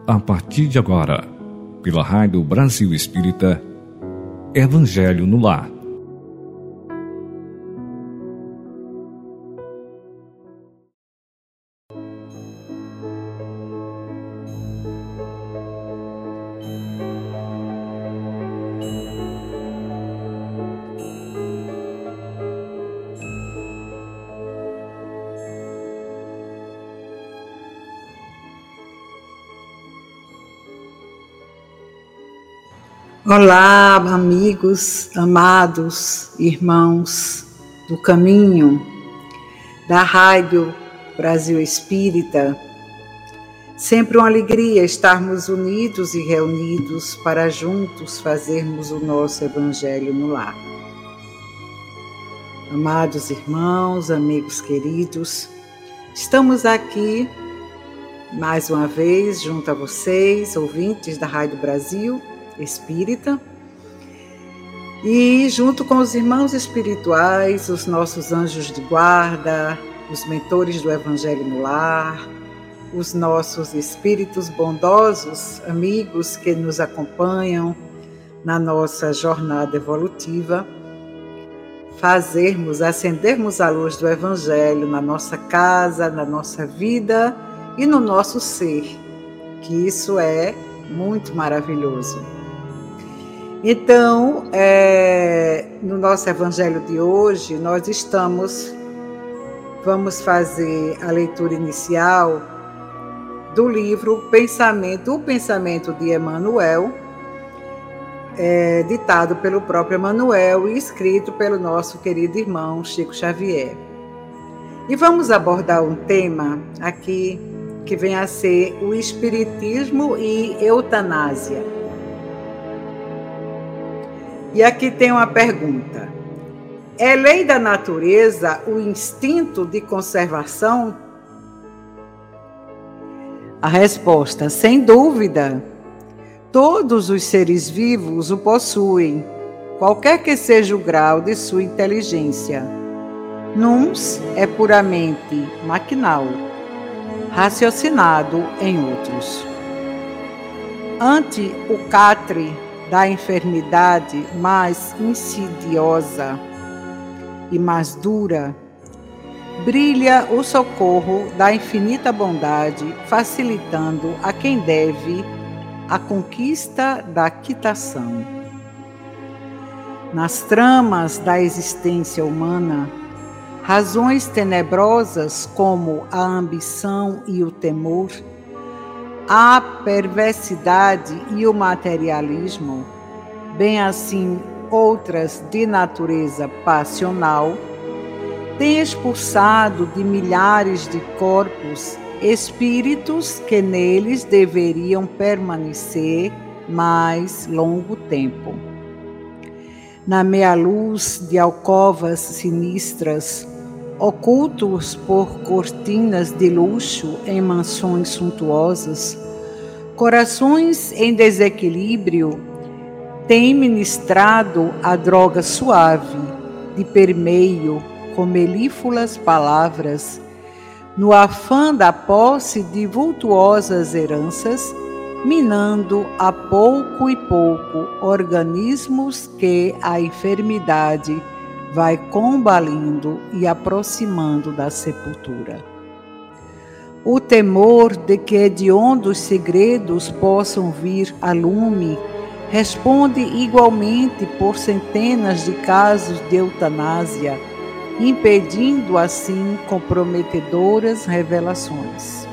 A partir de agora, pela Rádio Brasil Espírita, Evangelho no Lar. Olá, amigos, amados, irmãos do caminho da Rádio Brasil Espírita. Sempre uma alegria estarmos unidos e reunidos para juntos fazermos o nosso Evangelho no lar. Amados irmãos, amigos queridos, estamos aqui mais uma vez junto a vocês, ouvintes da Rádio Brasil Espírita, e junto com os irmãos espirituais, os nossos anjos de guarda, os mentores do Evangelho no Lar, os nossos espíritos bondosos, amigos que nos acompanham na nossa jornada evolutiva, acendermos a luz do Evangelho na nossa casa, na nossa vida e no nosso ser, que isso é muito maravilhoso. Então, no nosso Evangelho de hoje, vamos fazer a leitura inicial do livro O Pensamento de Emmanuel, ditado pelo próprio Emmanuel e escrito pelo nosso querido irmão Chico Xavier. E vamos abordar um tema aqui que vem a ser o Espiritismo e Eutanásia. E aqui tem uma pergunta: é lei da natureza o instinto de conservação? A resposta: sem dúvida. Todos os seres vivos o possuem, qualquer que seja o grau de sua inteligência. Nuns é puramente maquinal, raciocinado em outros. Ante o catre da enfermidade mais insidiosa e mais dura, brilha o socorro da infinita bondade, facilitando a quem deve a conquista da quitação. Nas tramas da existência humana, razões tenebrosas como a ambição e o temor, a perversidade e o materialismo, bem assim outras de natureza passional, têm expulsado de milhares de corpos espíritos que neles deveriam permanecer mais longo tempo. Na meia-luz de alcovas sinistras, ocultos por cortinas de luxo em mansões suntuosas, corações em desequilíbrio têm ministrado a droga suave de permeio com melífluas palavras, no afã da posse de vultuosas heranças, minando a pouco e pouco organismos que a enfermidade vai combalindo e aproximando da sepultura. O temor de que hediondos segredos possam vir a lume responde igualmente por centenas de casos de eutanásia, impedindo assim comprometedoras revelações.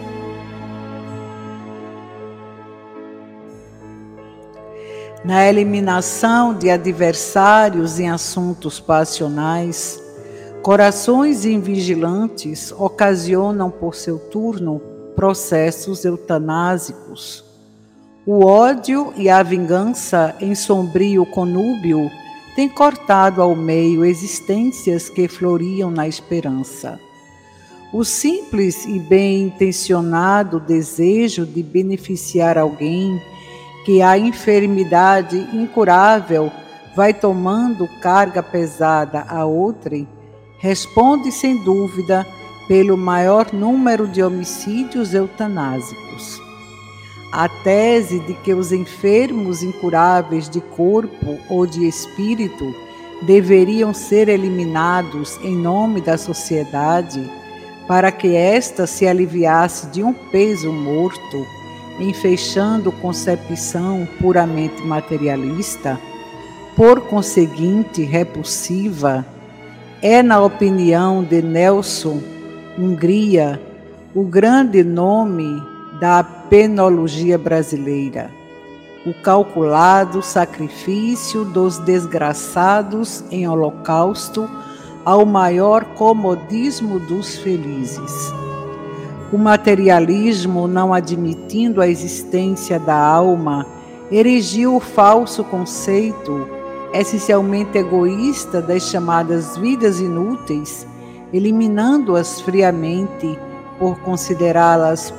Na eliminação de adversários em assuntos passionais, corações invigilantes ocasionam por seu turno processos eutanásicos. O ódio e a vingança em sombrio conúbio têm cortado ao meio existências que floriam na esperança. O simples e bem-intencionado desejo de beneficiar alguém que a enfermidade incurável vai tomando carga pesada a outrem, responde sem dúvida pelo maior número de homicídios eutanásicos. a tese de que os enfermos incuráveis de corpo ou de espírito deveriam ser eliminados em nome da sociedade para que esta se aliviasse de um peso morto, enfeixando concepção puramente materialista, por conseguinte repulsiva, é, na opinião de Nelson Hungria, o grande nome da penologia brasileira, o calculado sacrifício dos desgraçados em holocausto ao maior comodismo dos felizes. O materialismo, não admitindo a existência da alma, erigiu o falso conceito, essencialmente egoísta, das chamadas vidas inúteis, eliminando-as friamente por considerá-las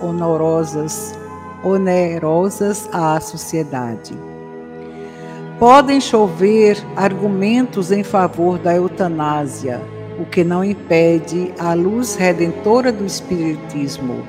onerosas à sociedade. Podem chover argumentos em favor da eutanásia, o que não impede a luz redentora do Espiritismo.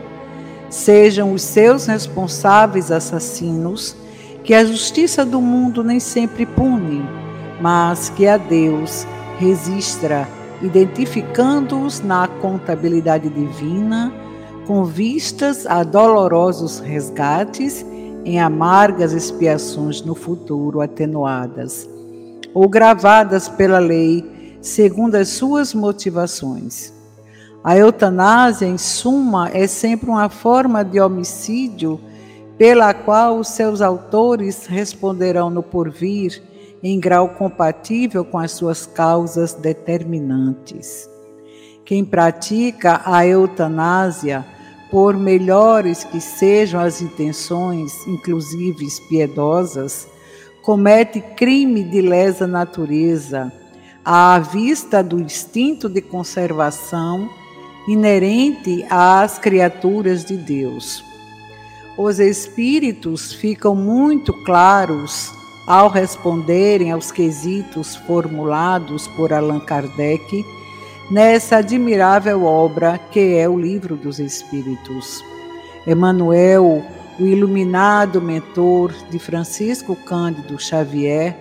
Sejam os seus responsáveis assassinos, que a justiça do mundo nem sempre pune, mas que a Deus registra, identificando-os na contabilidade divina, com vistas a dolorosos resgates em amargas expiações no futuro atenuadas, ou gravadas pela lei segundo as suas motivações. A eutanásia, em suma, é sempre uma forma de homicídio pela qual os seus autores responderão no porvir em grau compatível com as suas causas determinantes. Quem pratica a eutanásia, por melhores que sejam as intenções, inclusive piedosas, comete crime de lesa natureza, à vista do instinto de conservação inerente às criaturas de Deus. Os espíritos ficam muito claros ao responderem aos quesitos formulados por Allan Kardec nessa admirável obra que é o Livro dos Espíritos. Emmanuel, o iluminado mentor de Francisco Cândido Xavier,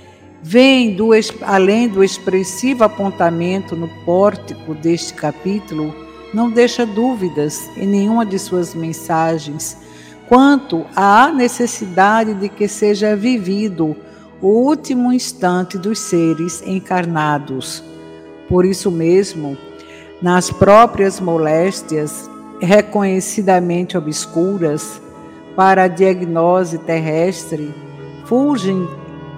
vem além do expressivo apontamento no pórtico deste capítulo, não deixa dúvidas em nenhuma de suas mensagens quanto à necessidade de que seja vivido o último instante dos seres encarnados. Por isso mesmo, nas próprias moléstias reconhecidamente obscuras para a diagnose terrestre, fulgem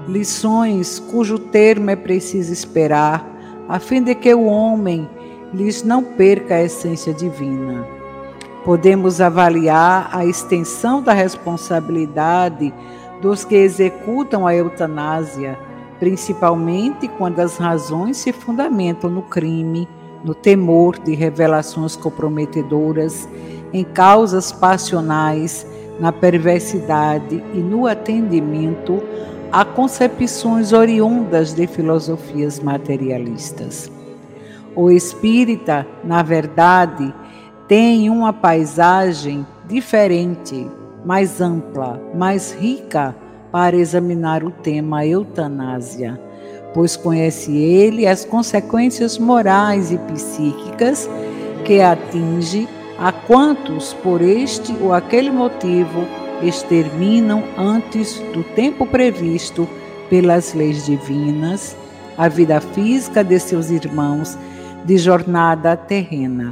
lições cujo termo é preciso esperar, a fim de que o homem lhes não perca a essência divina. Podemos avaliar a extensão da responsabilidade dos que executam a eutanásia, principalmente quando as razões se fundamentam no crime, no temor de revelações comprometedoras, em causas passionais, na perversidade e no atendimento a concepções oriundas de filosofias materialistas. O espírita, na verdade, tem uma paisagem diferente, mais ampla, mais rica para examinar o tema eutanásia, pois conhece ele as consequências morais e psíquicas que atinge a quantos, por este ou aquele motivo, exterminam antes do tempo previsto pelas leis divinas a vida física de seus irmãos de jornada terrena.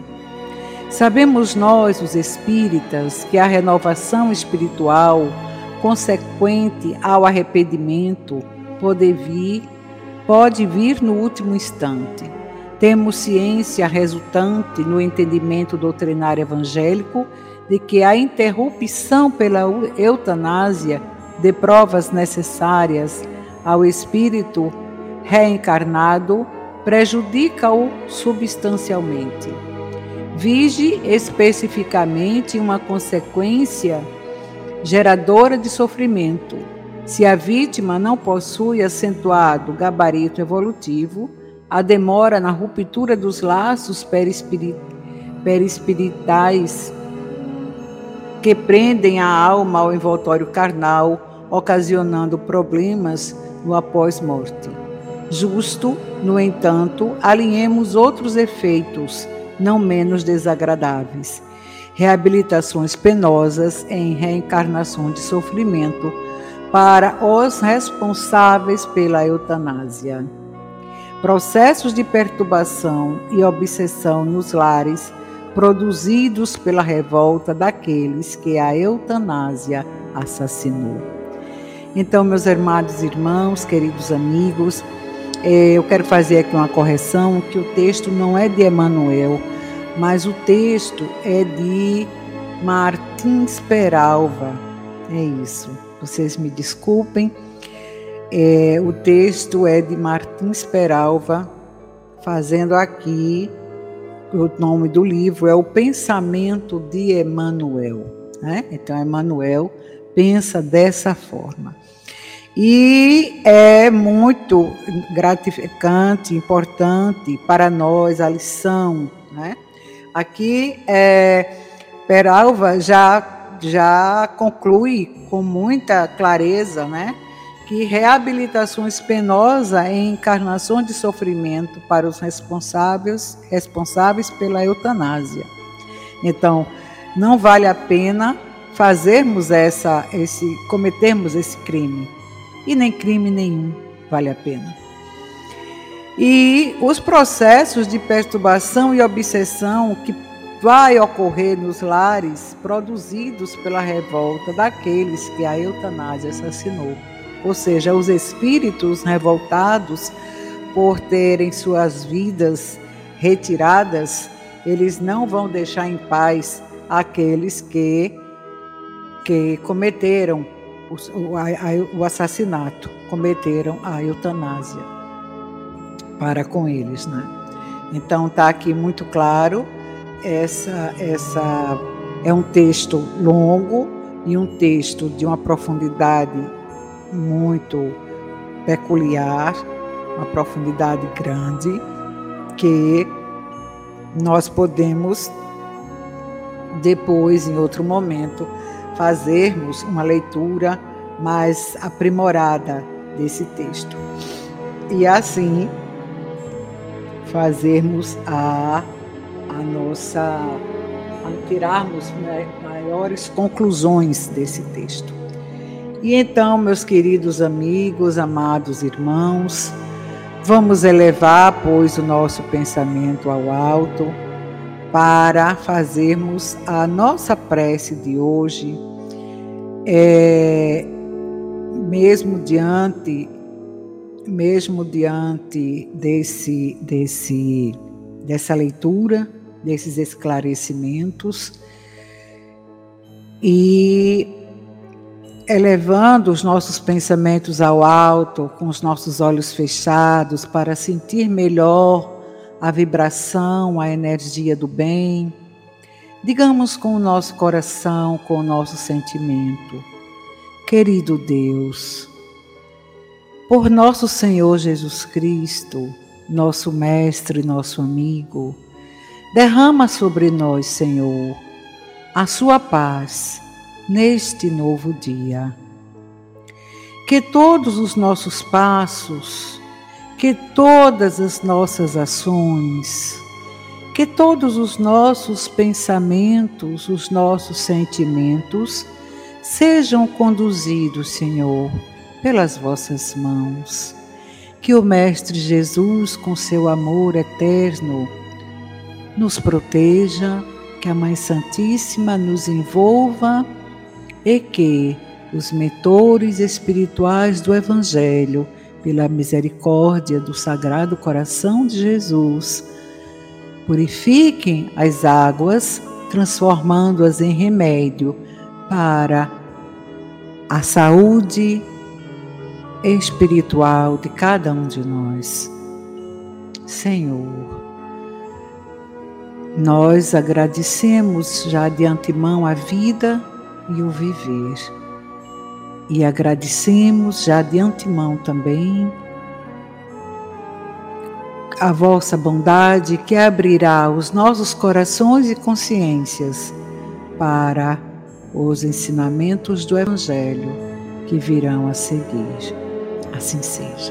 Sabemos nós, os espíritas, que a renovação espiritual consequente ao arrependimento pode vir no último instante. Temos ciência resultante no entendimento doutrinário evangélico de que a interrupção pela eutanásia de provas necessárias ao espírito reencarnado prejudica-o substancialmente. Vige especificamente uma consequência geradora de sofrimento. Se a vítima não possui acentuado gabarito evolutivo, a demora na ruptura dos laços perispiritais que prendem a alma ao envoltório carnal, ocasionando problemas no após-morte. Justo, no entanto, alinhemos outros efeitos, não menos desagradáveis. Reabilitações penosas em reencarnação de sofrimento para os responsáveis pela eutanásia. Processos de perturbação e obsessão nos lares produzidos pela revolta daqueles que a eutanásia assassinou. Então, meus amados irmãos, queridos amigos, eu quero fazer aqui uma correção, que o texto não é de Emmanuel, mas o texto é de Martins Peralva. É isso, vocês me desculpem. O texto é de Martins Peralva, fazendo aqui, o nome do livro é O Pensamento de Emmanuel. Né? Então, Emmanuel pensa dessa forma. E é muito gratificante, importante para nós a lição. Né? Aqui, Peralva já conclui com muita clareza, né, que reabilitações penosas em encarnações de sofrimento para os responsáveis pela eutanásia. Então, não vale a pena cometermos esse crime. E nem crime nenhum vale a pena. E os processos de perturbação e obsessão que vai ocorrer nos lares produzidos pela revolta daqueles que a eutanásia assassinou. Ou seja, os espíritos revoltados por terem suas vidas retiradas, eles não vão deixar em paz aqueles que cometeram o assassinato, cometeram a eutanásia para com eles, né? Então está aqui muito claro, essa é um texto longo e um texto de uma profundidade muito peculiar, uma profundidade grande, que nós podemos depois, em outro momento, fazermos uma leitura mais aprimorada desse texto. E assim fazermos tirarmos maiores conclusões desse texto. E então, meus queridos amigos, amados irmãos, vamos elevar, pois, o nosso pensamento ao alto para fazermos a nossa prece de hoje, mesmo diante dessa leitura, desses esclarecimentos, e elevando os nossos pensamentos ao alto, com os nossos olhos fechados, para sentir melhor a vibração, a energia do bem. Digamos com o nosso coração, com o nosso sentimento: querido Deus, por nosso Senhor Jesus Cristo, nosso Mestre, nosso amigo, derrama sobre nós, Senhor, a sua paz neste novo dia. Que todos os nossos passos, que todas as nossas ações, que todos os nossos pensamentos, os nossos sentimentos sejam conduzidos, Senhor, pelas vossas mãos. Que o Mestre Jesus, com seu amor eterno, nos proteja, que a Mãe Santíssima nos envolva e que os mentores espirituais do Evangelho, pela misericórdia do Sagrado Coração de Jesus, purifiquem as águas, transformando-as em remédio para a saúde espiritual de cada um de nós. Senhor, nós agradecemos já de antemão a vida e o viver. E agradecemos já de antemão também a vossa bondade que abrirá os nossos corações e consciências para os ensinamentos do Evangelho que virão a seguir. Assim seja.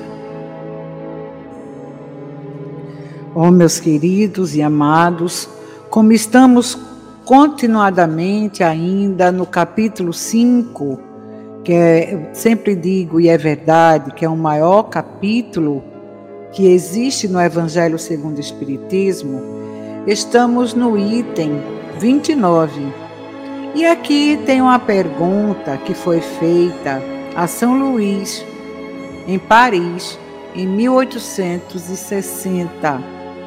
Ó meus queridos e amados, como estamos continuadamente ainda no capítulo 5, que sempre digo e é verdade, que é o maior capítulo que existe no Evangelho segundo o Espiritismo, estamos no item 29. E aqui tem uma pergunta que foi feita a São Luís, em Paris, em 1860.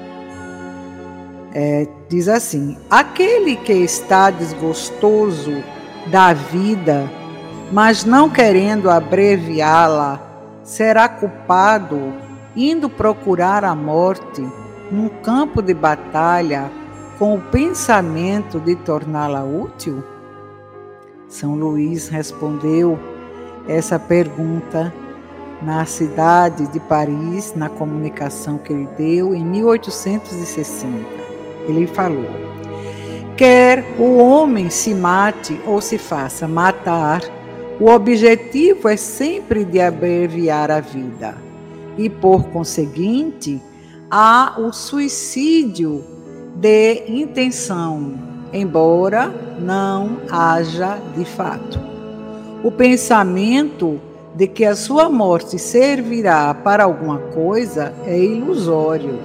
Diz assim: aquele que está desgostoso da vida, mas não querendo abreviá-la, será culpado indo procurar a morte num campo de batalha com o pensamento de torná-la útil? São Luís respondeu essa pergunta na cidade de Paris, na comunicação que ele deu em 1860. Ele falou: quer o homem se mate ou se faça matar, o objetivo é sempre de abreviar a vida. E, por conseguinte, há o suicídio de intenção, embora não haja de fato. O pensamento de que a sua morte servirá para alguma coisa é ilusório.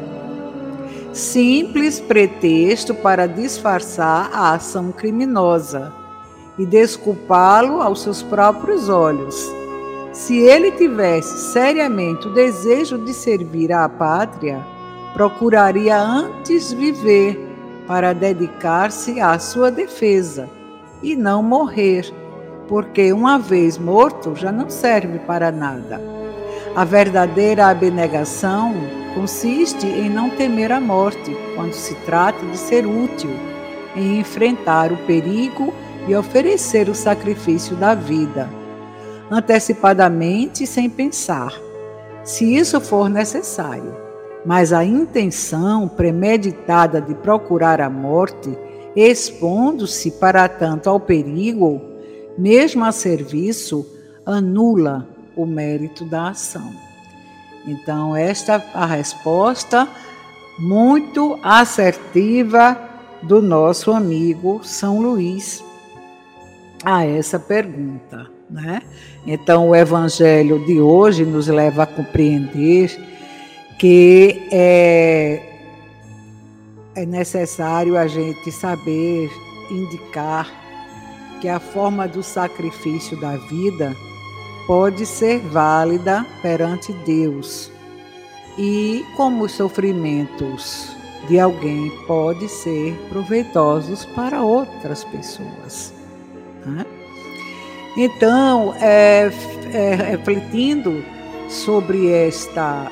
Simples pretexto para disfarçar a ação criminosa e desculpá-lo aos seus próprios olhos. Se ele tivesse seriamente o desejo de servir à pátria, procuraria antes viver para dedicar-se à sua defesa e não morrer, porque uma vez morto já não serve para nada. A verdadeira abnegação consiste em não temer a morte, quando se trata de ser útil, em enfrentar o perigo e oferecer o sacrifício da vida, antecipadamente e sem pensar, se isso for necessário. Mas a intenção premeditada de procurar a morte, expondo-se para tanto ao perigo, mesmo a serviço, anula o mérito da ação. Então, esta é a resposta muito assertiva do nosso amigo São Luís a essa pergunta, né? Então, o Evangelho de hoje nos leva a compreender que é necessário a gente saber indicar que a forma do sacrifício da vida pode ser válida perante Deus e como os sofrimentos de alguém podem ser proveitosos para outras pessoas, né? Então, refletindo sobre esta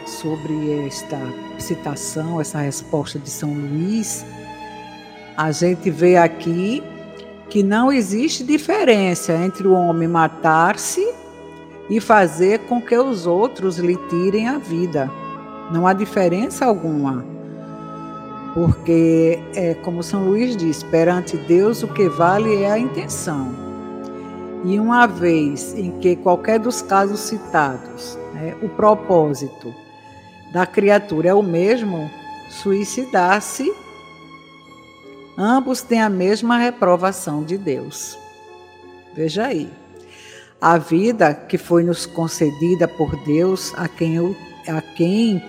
citação, essa resposta de São Luís, a gente vê aqui que não existe diferença entre o homem matar-se e fazer com que os outros lhe tirem a vida. Não há diferença alguma. Porque, como São Luís diz, perante Deus o que vale é a intenção. E uma vez em que qualquer dos casos citados, o propósito da criatura é o mesmo, suicidar-se, ambos têm a mesma reprovação de Deus. Veja aí. A vida que foi nos concedida por Deus, a quem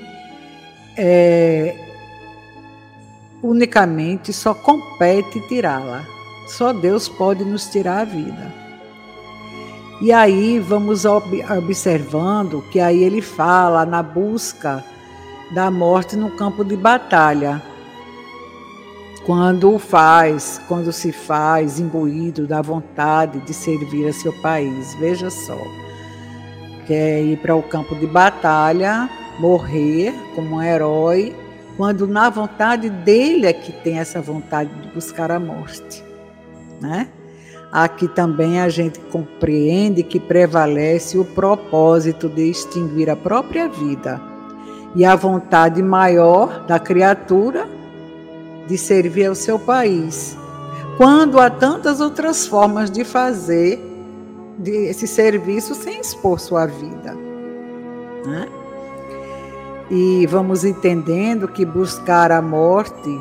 unicamente só compete tirá-la. Só Deus pode nos tirar a vida. E aí vamos observando que aí ele fala na busca da morte no campo de batalha. Quando se faz imbuído da vontade de servir a seu país. Veja só, quer ir para o campo de batalha, morrer como um herói, quando na vontade dele é que tem essa vontade de buscar a morte, né? Aqui também a gente compreende que prevalece o propósito de extinguir a própria vida e a vontade maior da criatura de servir ao seu país, quando há tantas outras formas de fazer esse serviço sem expor sua vida, né? E vamos entendendo que buscar a morte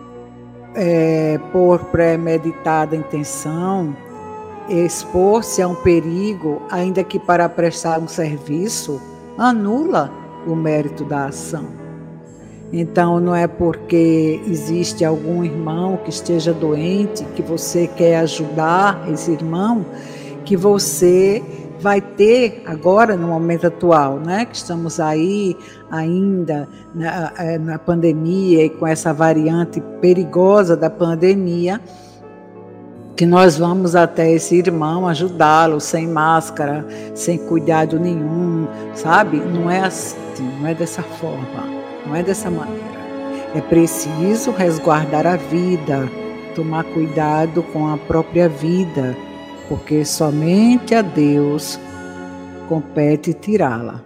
por premeditada intenção, expor-se a um perigo, ainda que para prestar um serviço, anula o mérito da ação. Então, não é porque existe algum irmão que esteja doente, que você quer ajudar esse irmão, que você vai ter agora, no momento atual, né, que estamos aí ainda na pandemia e com essa variante perigosa da pandemia, que nós vamos até esse irmão ajudá-lo sem máscara, sem cuidado nenhum, sabe? Não é assim, não é dessa forma. Não é dessa maneira. É preciso resguardar a vida, tomar cuidado com a própria vida, porque somente a Deus compete tirá-la.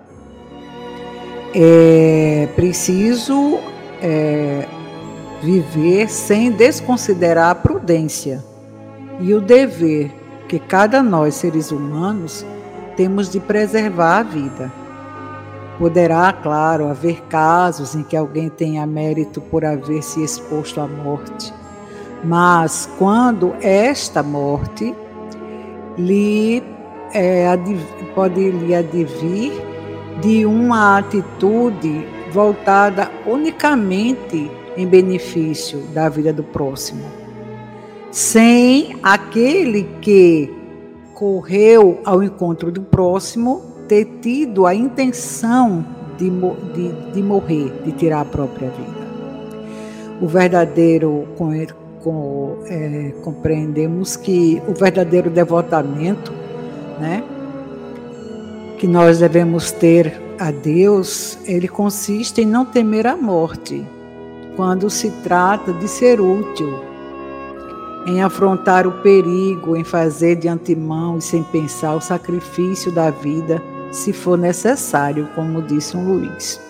É preciso viver sem desconsiderar a prudência e o dever que cada nós, seres humanos, temos de preservar a vida. Poderá, claro, haver casos em que alguém tenha mérito por haver se exposto à morte, mas quando esta morte pode lhe advir de uma atitude voltada unicamente em benefício da vida do próximo, sem aquele que correu ao encontro do próximo ter tido a intenção de morrer, de tirar a própria vida. O verdadeiro, compreendemos que o verdadeiro devotamento, né, que nós devemos ter a Deus, ele consiste em não temer a morte, quando se trata de ser útil, em afrontar o perigo, em fazer de antemão e sem pensar o sacrifício da vida, se for necessário, como disse um Luiz.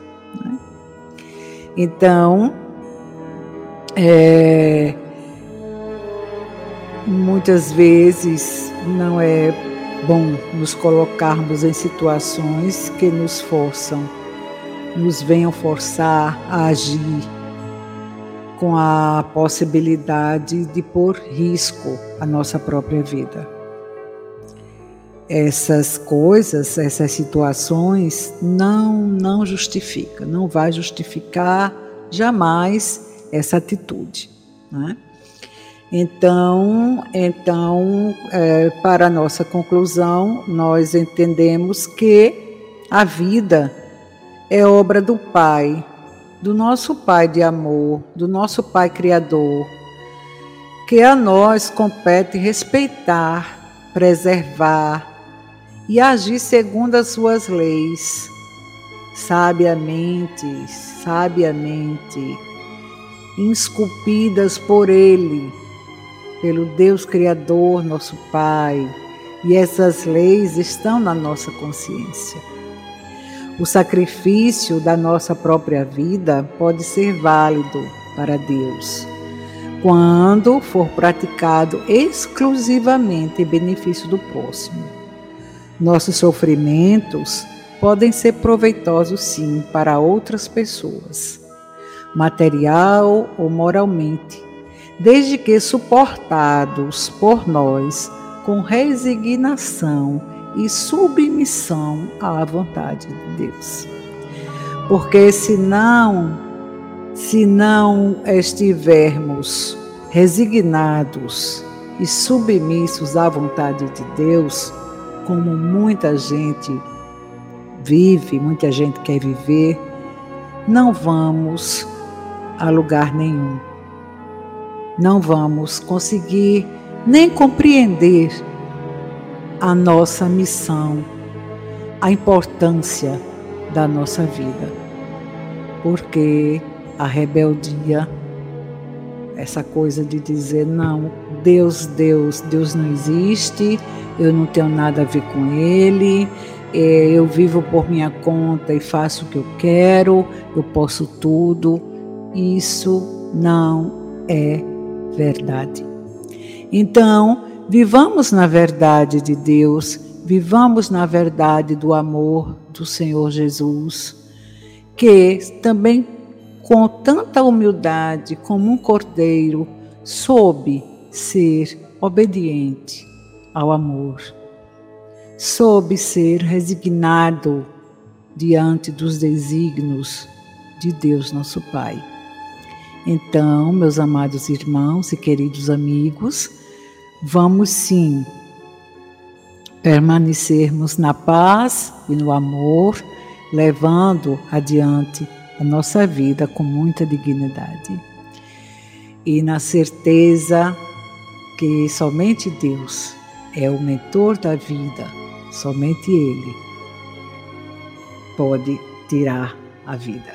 Então, muitas vezes não é bom nos colocarmos em situações que nos venham forçar a agir com a possibilidade de pôr risco à nossa própria vida. Essas coisas, essas situações não justificam, não vai justificar jamais essa atitude, né? Então, para a nossa conclusão, nós entendemos que a vida é obra do Pai, do nosso Pai de amor, do nosso Pai Criador, que a nós compete respeitar, preservar e agir segundo as suas leis, sabiamente, esculpidas por Ele, pelo Deus Criador, nosso Pai, e essas leis estão na nossa consciência. O sacrifício da nossa própria vida pode ser válido para Deus, quando for praticado exclusivamente em benefício do próximo. Nossos sofrimentos podem ser proveitosos, sim, para outras pessoas, material ou moralmente, desde que suportados por nós com resignação e submissão à vontade de Deus. Porque se não estivermos resignados e submissos à vontade de Deus, como muita gente vive, muita gente quer viver, não vamos a lugar nenhum. Não vamos conseguir nem compreender a nossa missão, a importância da nossa vida. Porque a rebeldia, essa coisa de dizer, não, Deus não existe, eu não tenho nada a ver com Ele, eu vivo por minha conta e faço o que eu quero, eu posso tudo. Isso não é verdade. Então, vivamos na verdade de Deus, vivamos na verdade do amor do Senhor Jesus, que também com tanta humildade como um cordeiro soube ser obediente ao amor, soube ser resignado diante dos desígnios de Deus nosso Pai. Então, meus amados irmãos e queridos amigos, vamos sim permanecermos na paz e no amor, levando adiante a nossa vida com muita dignidade. E na certeza que somente Deus é o mentor da vida, somente Ele pode tirar a vida.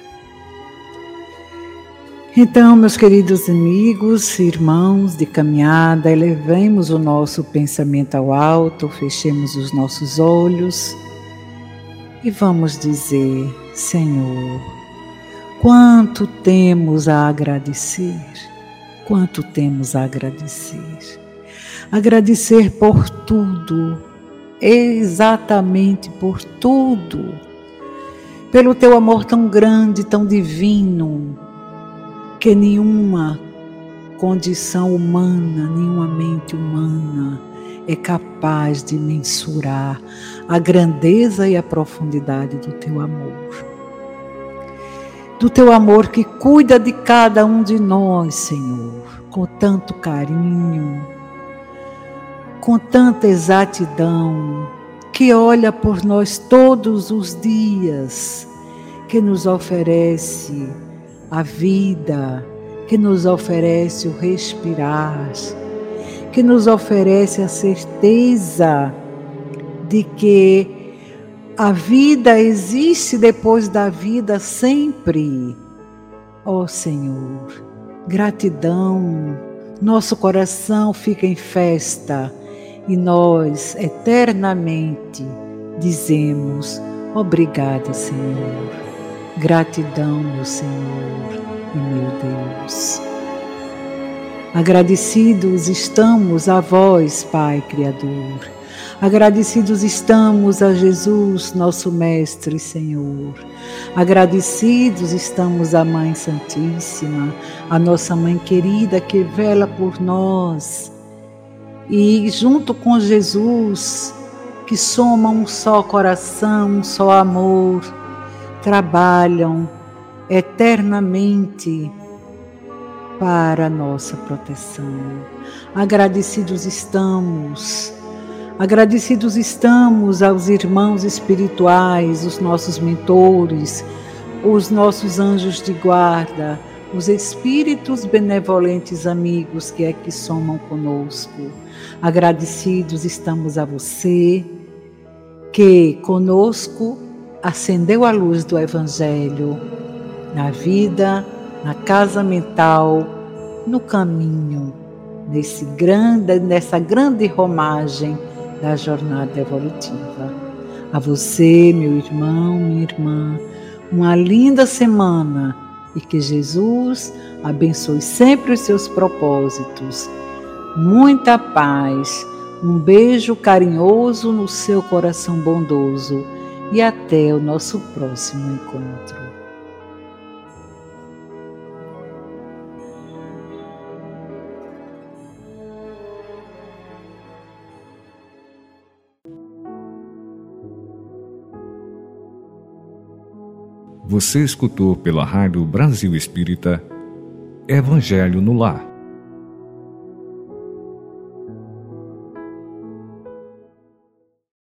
Então, meus queridos amigos, irmãos de caminhada, elevemos o nosso pensamento ao alto, fechemos os nossos olhos e vamos dizer: Senhor, quanto temos a agradecer, quanto temos a agradecer. Agradecer por tudo, exatamente por tudo, pelo teu amor tão grande, tão divino, que nenhuma condição humana, nenhuma mente humana é capaz de mensurar a grandeza e a profundidade do teu amor. Do teu amor que cuida de cada um de nós, Senhor, com tanto carinho, com tanta exatidão, que olha por nós todos os dias, que nos oferece a vida, que nos oferece o respirar, que nos oferece a certeza de que a vida existe depois da vida sempre. Ó Senhor, gratidão, nosso coração fica em festa e nós eternamente dizemos: obrigada, Senhor. Gratidão, meu Senhor e meu Deus. Agradecidos estamos a vós, Pai Criador. Agradecidos estamos a Jesus, nosso Mestre e Senhor. Agradecidos estamos à Mãe Santíssima, a nossa Mãe querida que vela por nós. E junto com Jesus, que soma um só coração, um só amor, trabalham eternamente para a nossa proteção. Agradecidos estamos aos irmãos espirituais, os nossos mentores, os nossos anjos de guarda, os espíritos benevolentes amigos que aqui somam conosco. Agradecidos estamos a você, que conosco acendeu a luz do Evangelho na vida, na casa mental, no caminho, nessa grande romagem da jornada evolutiva. A você, meu irmão, minha irmã, uma linda semana e que Jesus abençoe sempre os seus propósitos. Muita paz, um beijo carinhoso no seu coração bondoso e até o nosso próximo encontro. Você escutou pela Rádio Brasil Espírita Evangelho no Lar.